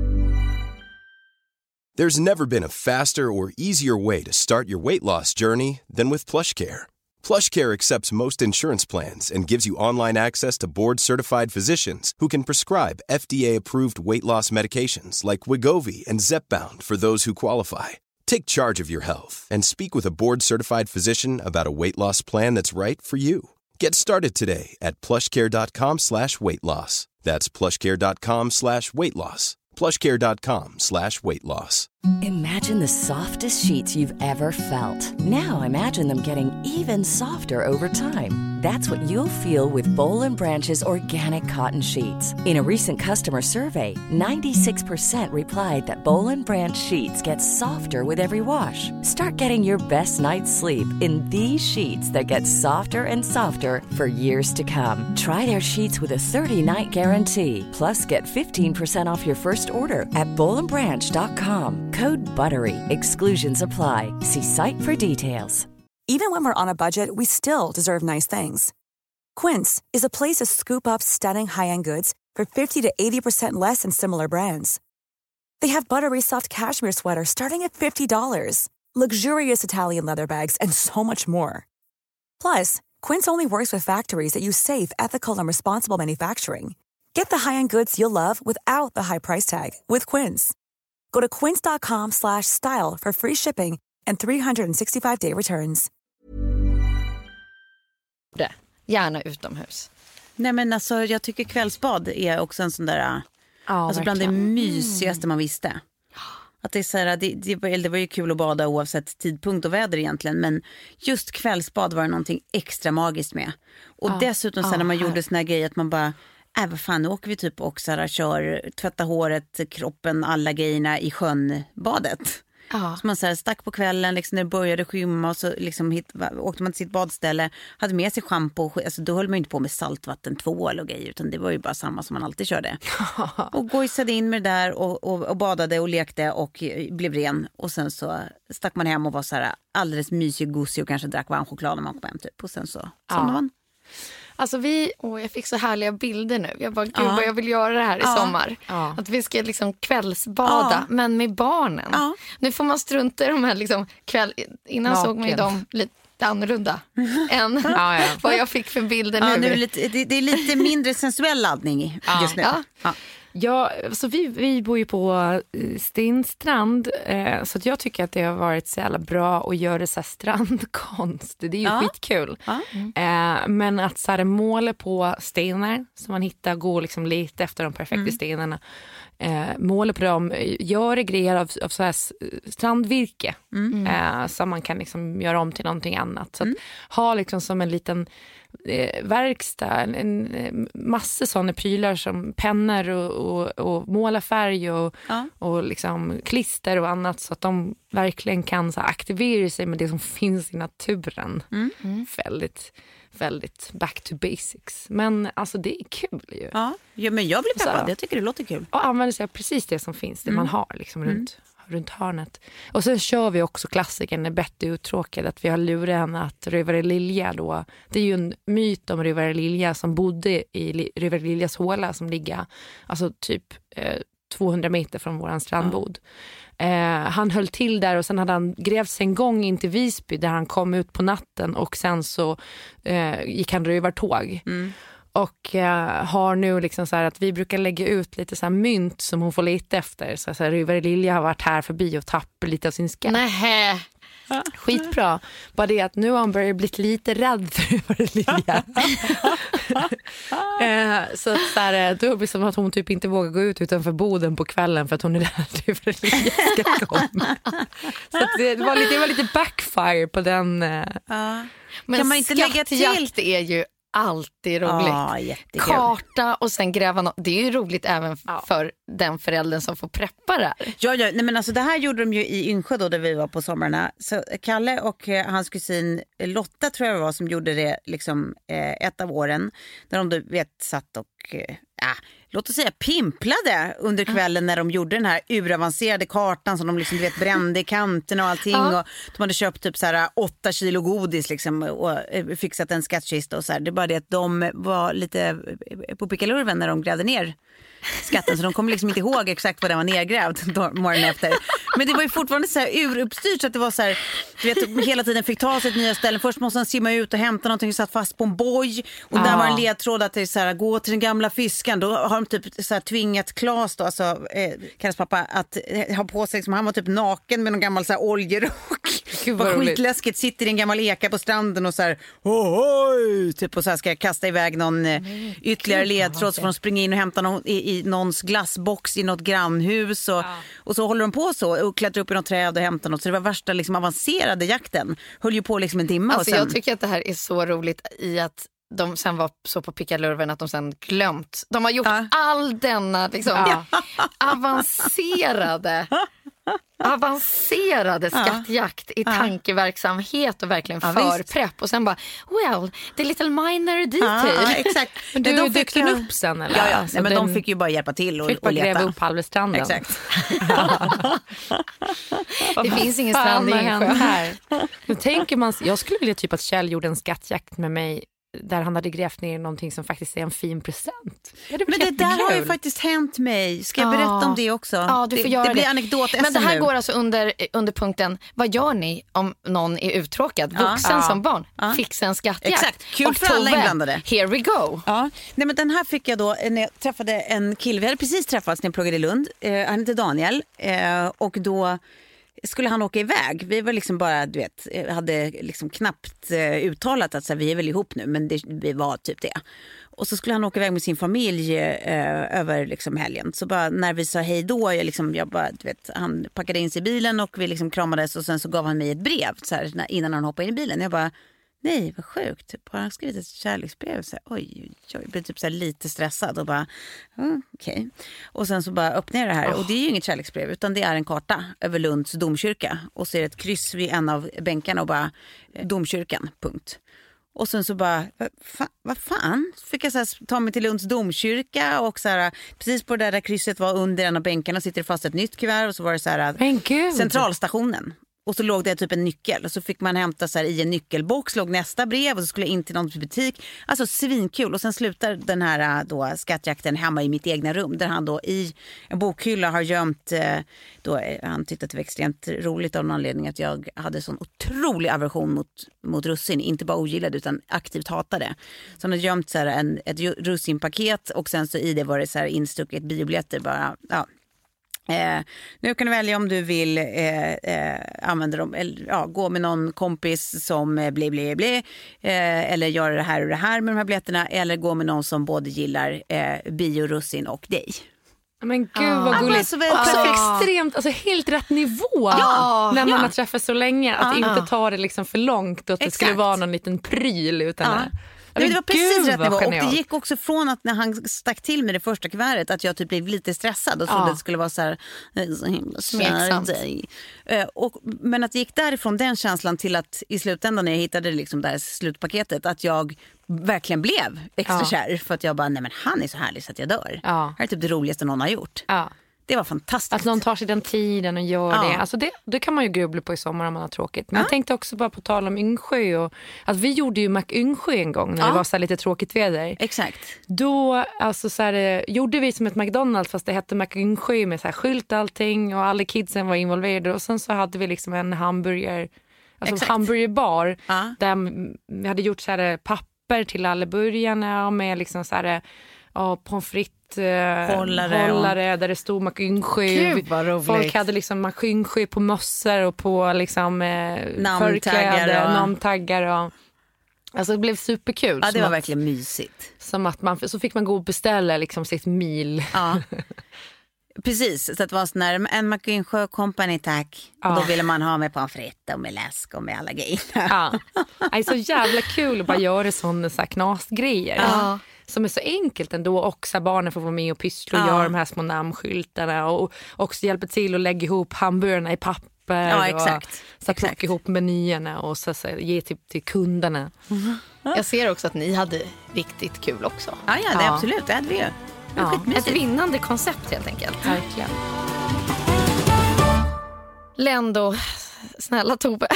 There's never been a faster or easier way to start your weight loss journey than with PlushCare. PlushCare accepts most insurance plans and gives you online access to board-certified physicians who can prescribe F D A-approved weight loss medications like Wegovy and Zepbound for those who qualify. Take charge of your health and speak with a board-certified physician about a weight loss plan that's right for you. Get started today at plushcare.com slash weight loss. That's plushcare.com slash weight loss. plushcare.com slash weight loss. Imagine the softest sheets you've ever felt. Now imagine them getting even softer over time. That's what you'll feel with Boll and Branch's organic cotton sheets. In a recent customer survey, ninety-six percent replied that Boll and Branch sheets get softer with every wash. Start getting your best night's sleep in these sheets that get softer and softer for years to come. Try their sheets with a thirty-night guarantee. Plus, get fifteen percent off your first order at boll and branch dot com. Code BUTTERY. Exclusions apply. See site for details. Even when we're on a budget, we still deserve nice things. Quince is a place to scoop up stunning high-end goods for fifty to eighty percent less than similar brands. They have buttery soft cashmere sweaters starting at fifty dollars, luxurious Italian leather bags, and so much more. Plus, Quince only works with factories that use safe, ethical, and responsible manufacturing. Get the high-end goods you'll love without the high price tag with Quince. Go to quince.com slash style for free shipping and three sixty-five day returns. Gärna utomhus. Nej, men alltså, jag tycker kvällsbad är också en sån där... Ja, alltså bland det verkligen. mysigaste man visste. Att det, är så här, det, det, var, det var ju kul att bada oavsett tidpunkt och väder egentligen. Men just kvällsbad var det någonting extra magiskt med. Och Ja. dessutom sen Ja, när man här. gjorde såna här grejer att man bara... Äh, vad fan, nu åker vi typ och så här, kör, tvätta håret, kroppen, alla grejerna i sjönbadet. Ja. Så man så här, stack på kvällen liksom, när det började skymma och så liksom, hit, åkte man till sitt badställe, hade med sig shampoo och, alltså, då höll man ju inte på med saltvattentvål och grejer, utan det var ju bara samma som man alltid körde. Och gojsade in med det där och, och, och badade och lekte och blev ren. Och sen så stack man hem och var så här alldeles mysig och gosig och kanske drack varm choklad när man kom hem typ. Och sen så somnade man. Alltså vi, åh, jag fick så härliga bilder nu. Jag bara, gud Ja. vad jag vill göra det här i Ja. sommar. Ja. Att vi ska liksom kvällsbada, Ja. men med barnen. Ja. Nu får man strunta i de här liksom kväll... Innan Naken. såg man ju dem lite annorlunda än Ja, ja. vad jag fick för bilder Ja, nu. nu är det, lite, det, det är lite mindre sensuell laddning just nu. Ja. Ja. Ja, så vi, vi bor ju på eh, Stenstrand, eh, så att jag tycker att det har varit så jävla bra att göra så här strandkonst. Det är ju Ja. skitkul. Ja. Eh, men att så här, måla på stenar som man hittar, gå liksom lite efter de perfekta Mm. stenarna. Eh, måla på dem, göra grejer av, av så här s- strandvirke Mm. eh, som man kan liksom göra om till någonting annat. Så Mm. att ha liksom som en liten eh, verkstad, en, en massa sådana prylar som pennor och, och, och målarfärg och, ja. och liksom klister och annat, så att de verkligen kan så här, aktivera sig med det som finns i naturen. Mm. Mm. Väldigt, väldigt back to basics. Men alltså det är kul ju. Ja, ja men jag blir peppad. Så, jag tycker det låter kul. Och använder sig av precis det som finns, det Mm. man har liksom runt, mm. runt hörnet. Och sen kör vi också klassiken när Betty är uttråkad, att vi har lurat henne att Rövare Lilja då, det är ju en myt om Rövare Lilja som bodde i Rövare Liljas håla som ligger alltså typ eh, tvåhundra meter från våran strandbod. Ja. Eh, han höll till där och sen hade han grävt sig en gång in till Visby där han kom ut på natten och sen så eh, gick han rövartåg. Mm. Och eh, har nu liksom så här att vi brukar lägga ut lite så här mynt som hon får leta efter. Så, så här, Rövare Lilja har varit här förbi och tappat lite av sin skatt. Nähä. Skitbra. Bara det att nu har han börjat bli lite rädd för Rövare Lilja. eh, så att så här, då blir det som att hon typ inte vågar gå ut utanför boden på kvällen för att hon är rädd för Rövare Lilja ska komma. Så att det, var lite, det var lite backfire på den. Eh. Ja. Men kan man inte lägga till? Det är ju alltid roligt. Ja, jättekul. Karta och sen gräva no- det är ju roligt även ja. för den föräldern som får preppa där. Ja, ja nej, men alltså det här gjorde de ju i Yngsjö då där vi var på sommarna. Så Kalle och eh, hans kusin Lotta tror jag det var som gjorde det liksom eh, ett av åren. Där de du vet satt och eh, äh, låt oss säga pimplade under kvällen när de gjorde den här uravancerade kartan som de liksom, du vet, brände i kanten och allting. Ja. Och de hade köpt typ så här åtta kilo godis liksom, och fixat en skattkista och så här. Det är bara det att de var lite på pickalurven när de grävde ner skatten, så de kommer liksom inte ihåg exakt vad den var nergrävd morgonen efter. Men det var ju fortfarande så här uruppstyrt så att det var så här, du vet, hela tiden fick ta sig till nya ställen. Först måste han simma ut och hämta någonting, satt fast på en boj och där var en ledtråd att det är så här, gå till den gamla fisken. Då har de typ så här tvingat Klas då, alltså eh, Kalles pappa, att eh, ha på sig som han var typ naken med någon gammal så här oljerock. Gud vad skitläskigt, sitter i en gammal eka på stranden och så här oj, typ och så här ska jag kasta iväg någon eh, ytterligare ledtråd så får de springa in och hämta någon i, i någons glassbox i något grannhus och, ja. och så håller de på så och klättrar upp i något träd och hämtar något, så det var värsta liksom avancerade jakten, höll ju på liksom en timme. Alltså och sen... jag tycker att det här är så roligt i att de sen var så på pickalurven att de sen glömt. De har gjort ja. all denna liksom, ja. avancerade avancerade skattjakt i tankeverksamhet och verkligen ja, förprepp och sen bara, well, the little minor detail. Ja, exakt. Men du de fick den upp sen eller? Ja, ja. Nej, men de fick ju bara hjälpa till och, fick bara och leta. Gräva upp halva stranden. Exakt. Det finns ingen strand i Yngsjö här. Men tänker man, jag skulle vilja typ att Kjell gjorde en skattjakt med mig där han hade grävt ner någonting som faktiskt är en fin present. Ja, det men det där har ju faktiskt hänt mig. Ska jag ja. berätta om det också? Ja, du får det, göra det blir det. anekdot. Men det här nu. går alltså under, under punkten, vad gör ni om någon är uttråkad? Vuxen ja. som barn. Ja. Fixa en skattjakt. Exakt, kul och för alla inblandade. Here we go. Ja. Nej, men den här fick jag då när jag träffade en kille. Vi hade precis träffats när jag pluggade i Lund. Eh, han heter Daniel. Eh, och då skulle han åka iväg. Vi var liksom bara, du vet, hade liksom knappt eh, uttalat att så här, vi är väl ihop nu, men det, vi var typ det. Och så skulle han åka iväg med sin familj eh, över liksom helgen. Så bara när vi sa hej då, jag, liksom, jag bara, du vet, han packade in sig i bilen och vi liksom kramades och sen så gav han mig ett brev så här, innan han hoppade in i bilen. Jag bara, nej vad sjukt. Har han skrivit ett kärleksbrev? Så här, oj, oj, jag blev typ så här lite stressad och bara, okej. Okay. Och sen så bara öppnade jag det här. Oh. Och det är ju inget kärleksbrev utan det är en karta över Lunds domkyrka. Och så är det ett kryss vid en av bänkarna och bara, domkyrkan, punkt. Och sen så bara, vad fa- fan? Så fick jag så här, ta mig till Lunds domkyrka och så här, precis på det där, där krysset var under en av bänkarna sitter det fast ett nytt kuvert och så var det så här, centralstationen. Och så låg det typ en nyckel och så fick man hämta så här, i en nyckelbox låg nästa brev och så skulle jag in till någon butik. Alltså svinkul. Och sen slutar den här då, skattjakten hemma i mitt egna rum där han då i en bokhylla har gömt, då, han tyckte att det var extremt roligt av någon anledning att jag hade sån otrolig aversion mot, mot russin. Inte bara ogillade utan aktivt hatade. Så han hade gömt så här, en, ett russinpaket och sen så i det var det så här instucket biobiljetter bara, ja. Eh, nu kan du välja om du vill eh, eh, använda dem eller ja, gå med någon kompis som eh, bli bli bli eh, eller göra det här och det här med de här biljetterna eller gå med någon som både gillar eh, biorussin och dig. Men gud vad gulligt. Alltså, också ah. extremt, alltså helt rätt nivå ja. när man ja. har träffat så länge att ah. inte ta det liksom för långt och att Exakt. det skulle vara någon liten pryl utan ah. det. Nej, det var precis Gud, rätt nivå. Och genialt. det gick också från att när han stack till med det första kuvertet att jag typ blev lite stressad och trodde Ja. att det skulle vara så här så himla Smeksamt. uh, och men att det gick därifrån den känslan till att i slutändan när jag hittade liksom det här slutpaketet att jag verkligen blev extra Ja. kär för att jag bara nej men han är så härlig så att jag dör. Ja. Det här är typ det roligaste någon har gjort. Ja. Det var fantastiskt. Att någon tar sig den tiden och gör Ja. det. Alltså det. Det kan man ju grubbla på i sommar om man har tråkigt. Men jag tänkte också bara på tal om Yngsjö. Och, att vi gjorde ju Mac Yngsjö en gång när Ja. det var så här lite tråkigt väder. Exakt. Då alltså så här, eh, gjorde vi som ett McDonald's fast det hette Mac Yngsjö med så här skylt och allting. Och alla kidsen var involverade. Och sen så hade vi liksom en hamburger, alltså Exakt. hamburgerbar. Ja. Där m- vi hade gjort så här eh, papper till alla burgarna. Och med liksom så här, eh, ja, pommes frites. Eh, Hållare och- hållare där det stod Mac Yngsjö. Gud, vad roligt. Folk hade liksom Mac Yngsjö på mössor och på liksom eh, Namntaggar förkläder, och- namntaggar och alltså det blev superkul. Ja, det som var att, verkligen mysigt. som att man så fick man gå och beställa liksom sitt mil. Ja. Precis, så att det var sån här, en McInsjö Company tack. Ja. Och då ville man ha med pommes frites och med läsk och med alla grejer. Ja. Det är så jävla kul att bara göra sådana så här knasgrejer. Ja. Som är så enkelt ändå. Och så här, barnen får vara med och pyssla och Ja. göra de här små namnskyltarna. Och också hjälpa till att lägga ihop hamburgarna i papper. Ja, exakt. Och så här, plocka Exakt. ihop menyerna och så, så här, ge till, till kunderna. Jag ser också att ni hade riktigt kul också. Ja, ja, det Ja. absolut, det hade vi ju. Det var Ja. Ett skitmysigt. vinnande koncept helt enkelt. Verkligen. Lendo, snälla Tove.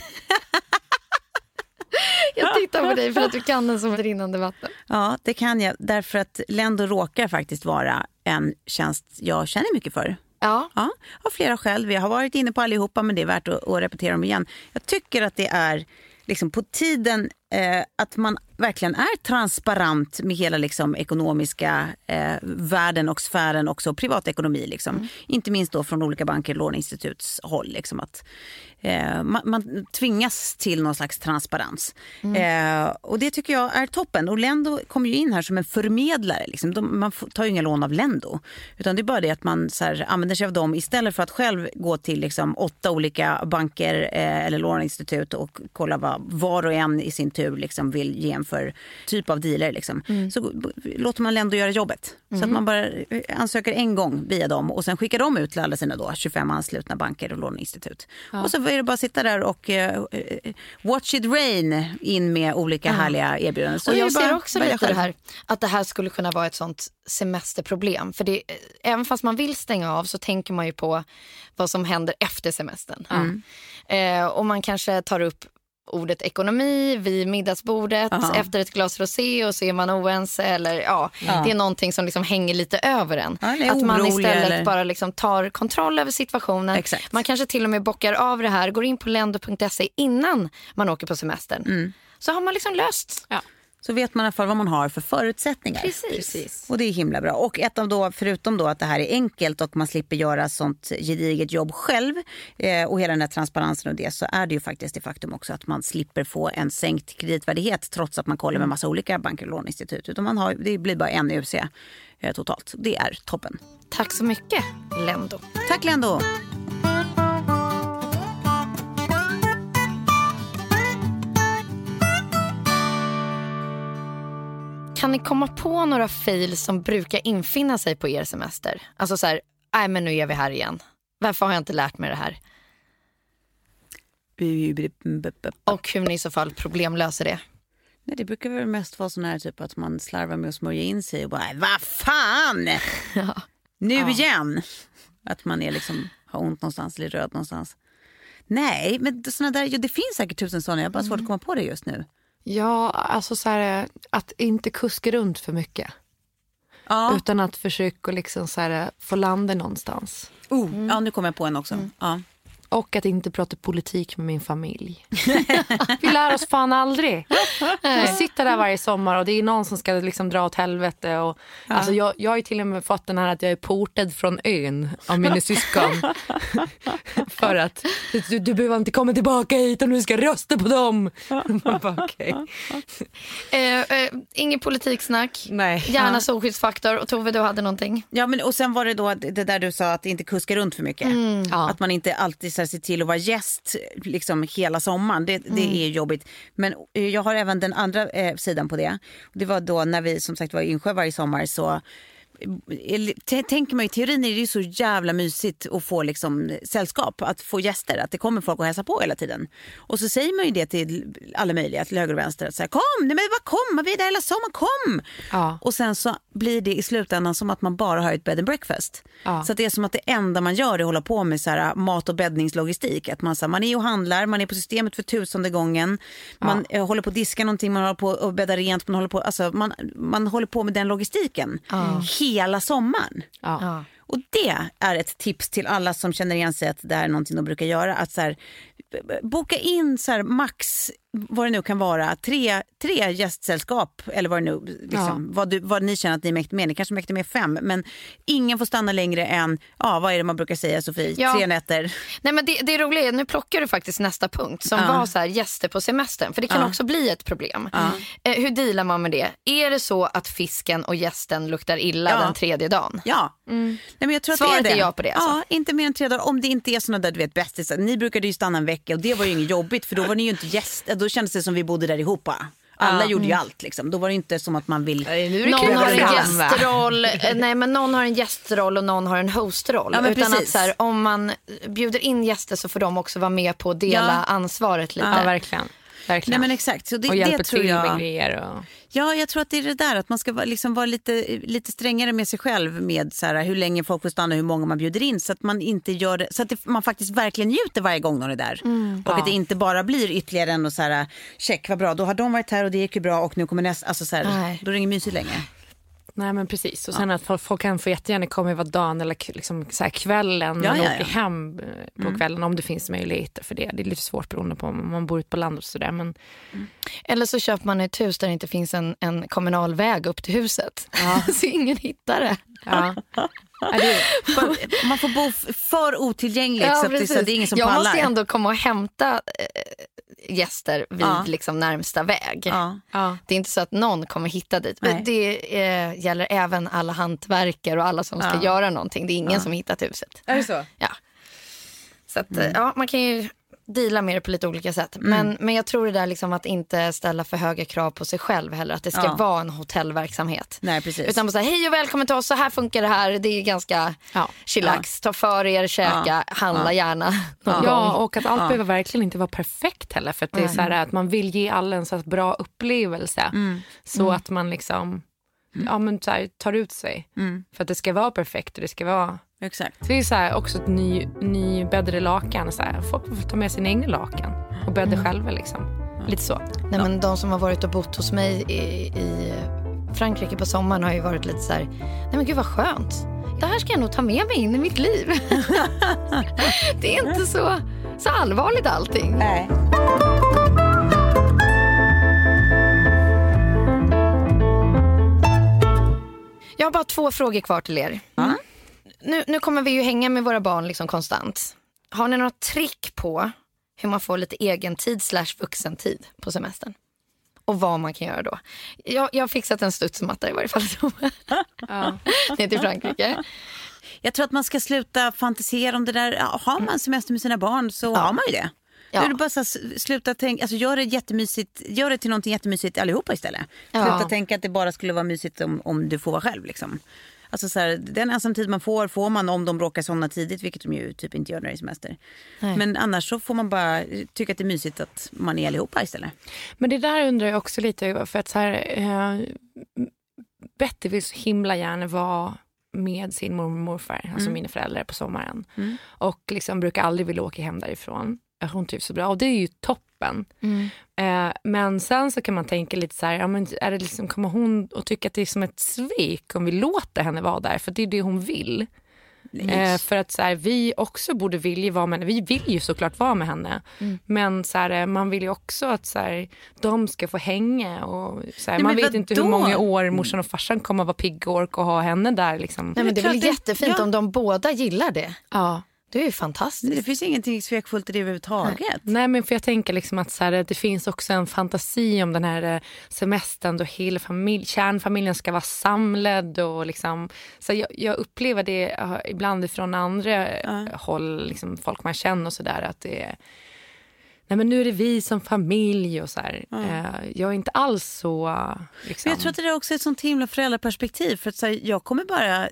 Jag tittar på dig för att du kan den som ett rinnande vatten. Ja, det kan jag. Därför att Lendo råkar faktiskt vara en tjänst jag känner mycket för. Ja. Ja, av flera skäl. Vi har varit inne på allihopa, men det är värt att, att repetera dem igen. Jag tycker att det är liksom på tiden eh, att man verkligen är transparent med hela liksom, ekonomiska eh, världen och sfären, också privatekonomi. Liksom. Mm. Inte minst då från olika banker och låneinstituts håll. Liksom, att, eh, man, man tvingas till någon slags transparens. Mm. Eh, och det tycker jag är toppen. Och Lendo kommer ju in här som en förmedlare. Liksom. De, man tar ju inga lån av Lendo. Utan det är bara det att man så här, använder sig av dem istället för att själv gå till liksom, åtta olika banker eh, eller låneinstitut och kolla vad var och en i sin tur liksom, vill ge en för typ av dealer. Liksom. Mm. Så låter man Lendo göra jobbet. Mm. Så att man bara ansöker en gång via dem och sen skickar de ut till alla sina då, tjugofem anslutna banker och låneinstitut. Ja. Och så är det bara att sitta där och uh, watch it rain in med olika ja. härliga erbjudanden. Så och jag ser bara, också lite det här, att det här skulle kunna vara ett sånt semesterproblem. För det, även fast man vill stänga av så tänker man ju på vad som händer efter semestern. Mm. Eh, och man kanske tar upp ordet ekonomi vid middagsbordet. Aha. Efter ett glas rosé och så är man oense eller ja, ja. Det är någonting som liksom hänger lite över en. Ja, att man istället eller... bara liksom tar kontroll över situationen. Exakt. Man kanske till och med bockar av det här, går in på lendo punkt se innan man åker på semestern. Mm. Så har man liksom löst. Ja. Så vet man i alla fall vad man har för förutsättningar. Precis. Precis. Och det är himla bra. Och ett av då, förutom då att det här är enkelt och man slipper göra sånt gediget jobb själv eh, och hela den här transparensen och det, så är det ju faktiskt det faktum också att man slipper få en sänkt kreditvärdighet trots att man kollar med massa olika banker och låneinstitut. Utan man har, det blir bara en U C eh, totalt. Det är toppen. Tack så mycket, Lendo. Tack, Lendo. Kan ni komma på några fail som brukar infinna sig på er semester? Alltså så här, nej men nu är vi här igen. Varför har jag inte lärt mig det här? Och hur ni i så fall problemlöser det? Nej, det brukar väl mest vara sån här typ att man slarvar med att smörja in sig och bara, vad fan! Ja. Nu ja. igen! Att man är liksom, har ont någonstans eller röd någonstans. Nej, men såna där, det finns säkert tusen sådana. Jag har bara svårt att komma på det just nu. Ja, alltså så här, att inte kuska runt för mycket. Ja. Utan att försöka liksom så här, få landa någonstans. Oh, mm. Ja, nu kommer jag på en också. Mm. Ja. Och att inte prata politik med min familj. Vi lär oss fan aldrig. Vi sitter där varje sommar och det är någon som ska liksom dra åt helvete. Och, ja. Alltså jag, jag har ju till och med fått den här att jag är portad från ön av mina syskon. För att du, du behöver inte komma tillbaka hit om du ska rösta på dem. Bara, okay. eh, eh, ingen politiksnack. Nej. Gärna ja. solskyddsfaktor. Och Tove, du hade någonting. Ja, men och sen var det då det där du sa att inte kuska runt för mycket. Mm. Ja. Att man inte alltid så här, se till att vara gäst liksom hela sommaren. Det, det mm. är jobbigt. Men jag har även den andra eh, sidan på det. Det var då när vi som sagt var i Insjö varje sommar, så tänker man i teorin är det ju så jävla mysigt att få liksom sällskap, att få gäster, att det kommer folk att hälsa på hela tiden. Och så säger man ju det till alla möjliga, till höger och vänster, att säga kom, nej men vad kom, vi är där hela sommaren, kom. Ja. Och sen så blir det i slutändan som att man bara har ett bed and breakfast. Ja. Så att det är som att det enda man gör är att hålla på med så här mat- och bäddningslogistik. Att man, så här, man är och handlar, man är på systemet för tusende gången. Man ja. håller på att diska någonting, man håller på att bädda rent, man håller på, alltså, man, man håller på med den logistiken. Ja. Hela sommaren. Ja. Och det är ett tips till alla som känner igen sig att det är någonting de brukar göra. Att så här, boka in så här, max, vad det nu kan vara, tre, tre gästsällskap eller vad det nu, liksom, ja. vad, du, vad ni känner att ni är mäktig med. Ni kanske mäktig med fem, men ingen får stanna längre än, ja, vad är det man brukar säga, Sofie? Ja. Tre nätter. Nej, men det, det är roligt, nu plockar du faktiskt nästa punkt som ja. var så här, gäster på semestern, för det kan ja. också bli ett problem. Ja. Eh, hur dealar man med det? Är det så att fisken och gästen luktar illa ja. den tredje dagen? Ja. Mm. Nej, men jag tror att Svaret det är, det. är jag på det. Alltså. Ja, inte mer än tre dagar. Om det inte är såna där, du vet, bästisar. Ni brukade ju stanna en vecka och det var ju inget jobbigt, för då var ni ju inte gäster. Då kändes det som vi bodde där ihop. Alla ja. gjorde ju allt liksom. Då var det inte som att man vill... Nej, någon har en gästroll, nej, men någon har en gästroll och någon har en hostroll. Ja, utan att så här, om man bjuder in gäster så får de också vara med på att dela ja. ansvaret lite. Ja, verkligen. Verkligen. Nej, men exakt. Så det, och hjälper det tror till jag... med grejer. Och... Ja, jag tror att det är det där. Att man ska liksom vara lite, lite strängare med sig själv med så här, hur länge folk får stanna, hur många man bjuder in. Så att man inte gör det, så att det, man faktiskt verkligen njuter varje gång någon är där. Mm, och ja. att det inte bara blir ytterligare en och så här, check, vad bra. Då har de varit här och det gick ju bra och nu kommer nästa. Alltså så här, då är det inget mysigt längre. Nej, men precis. Och sen ja. att folk, folk kan få jättegärna komma över dagen eller liksom så här kvällen ja, och ja, ja. åka hem på mm. kvällen om det finns möjligheter för det. Det är lite svårt beroende på om man bor ute på landet och sådär. Men... Mm. Eller så köper man ett hus där det inte finns en, en kommunal väg upp till huset. Ja. Så ingen hittar det. Ja. Man får bo för otillgängligt, ja, så, att det, så att det är ingen som Jag pallar. Jag måste ändå komma och hämta äh, gäster vid ja. liksom närmsta väg. Ja. Ja. Det är inte så att någon kommer hitta dit. Men det äh, gäller även alla hantverkare och alla som ska ja. göra någonting. Det är ingen ja. som hittat huset. Är det så? Ja. Så att, mm. ja, man kan ju deala med det på lite olika sätt. Mm. Men, men jag tror det där liksom att inte ställa för höga krav på sig själv heller. Att det ska ja. vara en hotellverksamhet. Nej, precis. Utan bara säga, hej och välkommen till oss, så här funkar det här. Det är ganska ja. chillax. Ta för er, käka, ja. handla ja. gärna. Ja. ja, och att allt ja. behöver verkligen inte vara perfekt heller. För att det är så här att man vill ge alla en så bra upplevelse. Mm. Så mm. att man liksom mm. ja, men så här, tar ut sig. Mm. För att det ska vara perfekt och det ska vara... Exakt. Det är så här, också ett ny, ny bäddade lakan. Så här. Folk får ta med sin egen lakan och bädda mm. själva liksom. Mm. Lite så. Nej, men de som har varit och bott hos mig i, i Frankrike på sommaren har ju varit lite så här, nej men gud vad skönt. Det här ska jag nog ta med mig in i mitt liv. Det är inte så, så allvarligt allting. Nej. Jag har bara två frågor kvar till er. Mm. Nu, nu kommer vi ju hänga med våra barn liksom konstant. Har ni några trick på hur man får lite egen tid slash vuxentid på semestern? Och vad man kan göra då? Jag, jag har fixat en studsmatta i varje fall. Ja. Ner till Frankrike. Jag tror att man ska sluta fantisera om det där. Ja, har man semester med sina barn så ja. har man ju det. Ja. Nu är det bara så att sluta tänka, alltså gör det jättemysigt, gör det till någonting jättemysigt allihopa istället. Sluta ja. tänka att det bara skulle vara mysigt om, om du får vara själv liksom. Alltså så här, den ensamtid man får får man om de råkar somna tidigt, vilket de ju typ inte gör när det är semester. Nej. Men annars så får man bara tycka att det är mysigt att man är allihopa istället. Men det där undrar jag också lite, för att så här, eh, Betty vill så himla gärna vara med sin mormor och morfar, alltså mm. mina föräldrar på sommaren. Mm. Och liksom brukar aldrig vilja åka hem därifrån. Hon trivs så bra och det är ju toppen. Mm. Eh, men sen så kan man tänka lite så här, ja, men är det liksom, kommer hon att tycka att det är som ett svek om vi låter henne vara där, för det är det hon vill. Eh, för att så här, vi också borde vilja vara med henne. Vi vill ju såklart vara med henne. Mm. Men så här, man vill ju också att så här, de ska få hänga. Och, så här, Nej, man vet inte då? hur många år morsan och farsan kommer att vara pigg och orka och ha henne där. Liksom. Nej, men det är väl jättefint ja. om de båda gillar det. Ja. Det är ju fantastiskt. Det finns ingenting svekfullt i det överhuvudtaget. Nej. Nej, men för jag tänker liksom att så här, det finns också en fantasi om den här semestern då hela familj, kärnfamiljen ska vara samlad och liksom, så jag, jag upplever det ibland från andra uh. håll, liksom folk man känner och sådär, att det är, nej men nu är det vi som familj och så här. Uh. Jag är inte alls så liksom. Jag tror att det är också ett sånt himla föräldraperspektiv, för att så här, jag kommer bara...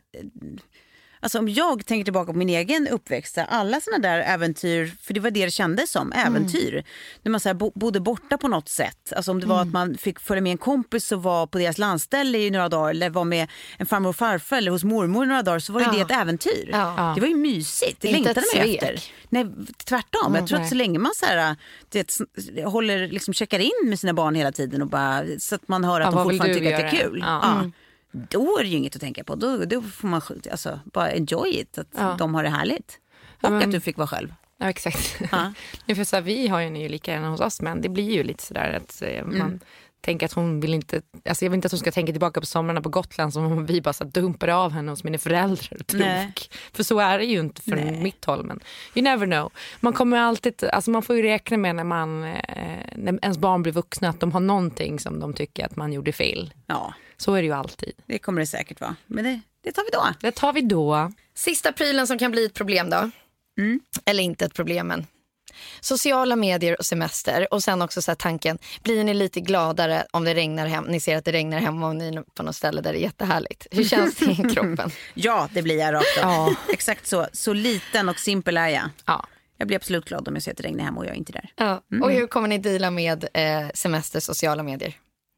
Alltså om jag tänker tillbaka på min egen uppväxt, alla såna där äventyr, för det var det det kändes som, äventyr. Mm. När man så här, bo, bodde borta på något sätt. Alltså om det var mm. att man fick följa med en kompis och var på deras landställe i några dagar, eller var med en farmor och farfar eller hos mormor i några dagar, så var ju ja. det ett äventyr. Ja. Det var ju mysigt, det längtade man efter. Nej, tvärtom. Mm, jag tror att så länge man så här, det, håller, liksom checkar in med sina barn hela tiden och bara, så att man hör att ja, de fortfarande tycker att det är kul. Ja. Ja. Mm. Då är det ju inget att tänka på. Då, då får man alltså, bara enjoy it. Att ja. de har det härligt. Och ja, men, att du fick vara själv. Ja, exakt. Ja. För så här, vi har ju nu lika gärna hos oss, men det blir ju lite sådär att eh, man mm. tänker att hon vill inte... Alltså jag vill inte att hon ska tänka tillbaka på somrarna på Gotland som om vi bara så dumpade av henne hos mina föräldrar. Och för så är det ju inte från Nej. mitt håll. Men you never know. Man kommer alltid... Alltså man får ju räkna med när man... Eh, när ens barn blir vuxna att de har någonting som de tycker att man gjorde fel. Ja. Så är det ju alltid. Det kommer det säkert vara. Men det, det tar vi då. Det tar vi då. Sista prylen som kan bli ett problem då. Mm. Eller inte ett problem, men sociala medier och semester. Och sen också så här tanken, blir ni lite gladare om det regnar hem? Ni ser att det regnar hemma och ni är på något ställe där det är jättehärligt. Hur känns det i kroppen? Ja, det blir jag rakt av. Ja. Exakt så. Så liten och simpel är jag. Ja. Jag blir absolut glad om jag ser att det regnar hemma och jag är inte där. Ja. Mm. Och hur kommer ni dela med eh, semester, sociala medier?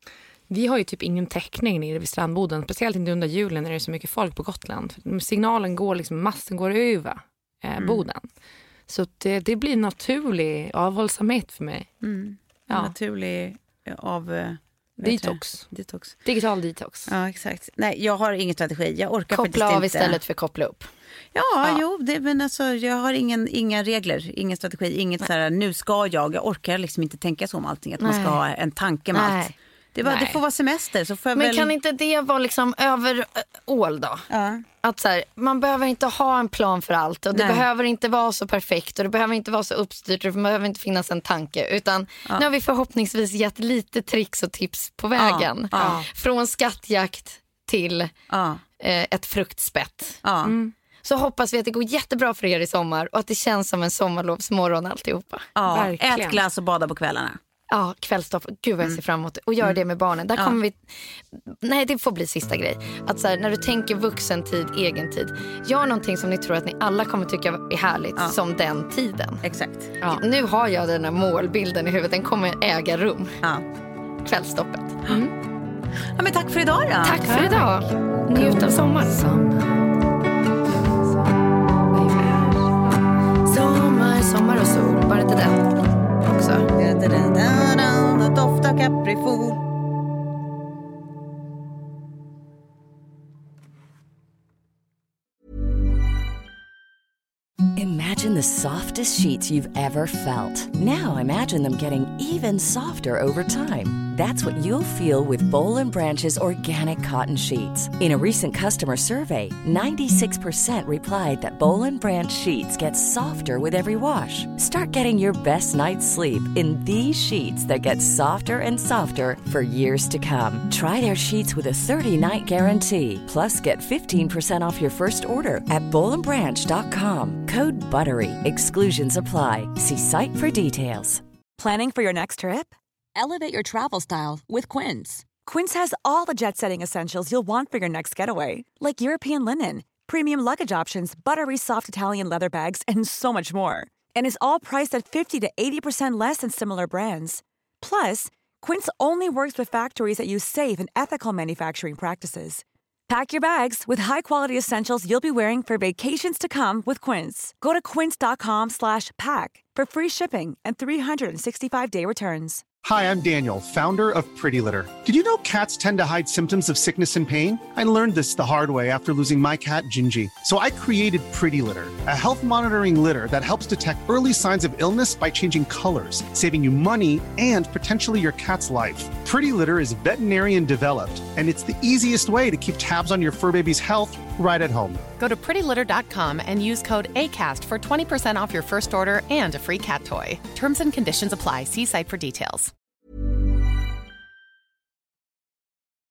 Vi har ju typ ingen täckning nere vid strandboden. Speciellt inte under julen när det är så mycket folk på Gotland. Signalen går liksom, masten går över eh, mm. boden. Så det, det blir naturlig avhållsamhet för mig. Mm. Ja. Naturlig av... Detox. detox. Digital detox. Ja, exakt. Nej, jag har ingen strategi. Jag orkar koppla faktiskt av inte. Istället för koppla upp. Ja, ja. jo, det, men alltså, jag har ingen, inga regler, ingen strategi, inget så här, nu ska jag, jag orkar liksom inte tänka så om allting, att Nej. man ska ha en tanke med Nej. allt. Det, var, det får vara semester. Så får jag men väl... kan inte det vara liksom över ål då? Ja. Att så här, man behöver inte ha en plan för allt. Och det Nej. behöver inte vara så perfekt. Och det behöver inte vara så uppstyrt. Och det behöver inte finnas en tanke. Utan ja. nu har vi förhoppningsvis gett lite tricks och tips på vägen. Ja. Ja. Från skattjakt till ja. eh, ett fruktspett. Ja. Mm. Så hoppas vi att det går jättebra för er i sommar. Och att det känns som en sommarlovsmorgon alltihopa. Ja, verkligen. Ät glass och bada på kvällarna. Ja, kvällstopp. Gud vad jag ser fram emot. Och gör det med barnen. Där ja. kommer vi... Nej, det får bli sista grej. Att så här, när du tänker vuxentid, egen tid. Gör någonting som ni tror att ni alla kommer tycka är härligt. Ja. Som den tiden. Exakt. Ja. Nu har jag den här målbilden i huvudet. Den kommer äga rum. Ja. Kvällstoppet. Mm. Ja, men tack för idag då. Tack för idag. Njut av sommar. Sommar, sommar och sol. Bara inte den. Också. Dofta kaprifol. Imagine the softest sheets you've ever felt. Now imagine them getting even softer over time. That's what you'll feel with Boll and Branch's organic cotton sheets. In a recent customer survey, ninety-six percent replied that Boll and Branch sheets get softer with every wash. Start getting your best night's sleep in these sheets that get softer and softer for years to come. Try their sheets with a thirty-night guarantee. Plus, get fifteen percent off your first order at boll and branch dot com. Code BUTTERY. Exclusions apply. See site for details. Planning for your next trip? Elevate your travel style with Quince. Quince has all the jet-setting essentials you'll want for your next getaway, like European linen, premium luggage options, buttery soft Italian leather bags, and so much more. And is all priced at fifty to eighty percent less than similar brands. Plus, Quince only works with factories that use safe and ethical manufacturing practices. Pack your bags with high-quality essentials you'll be wearing for vacations to come with Quince. Go to quince dot com slash pack for free shipping and three sixty-five day returns. Hi, I'm Daniel, founder of Pretty Litter. Did you know cats tend to hide symptoms of sickness and pain? I learned this the hard way after losing my cat, Gingy. So I created Pretty Litter, a health monitoring litter that helps detect early signs of illness by changing colors, saving you money and potentially your cat's life. Pretty Litter is veterinarian developed, and it's the easiest way to keep tabs on your fur baby's health right at home. Go to pretty litter dot com and use code ACAST for twenty percent off your first order and a free cat toy. Terms and conditions apply. See site for details.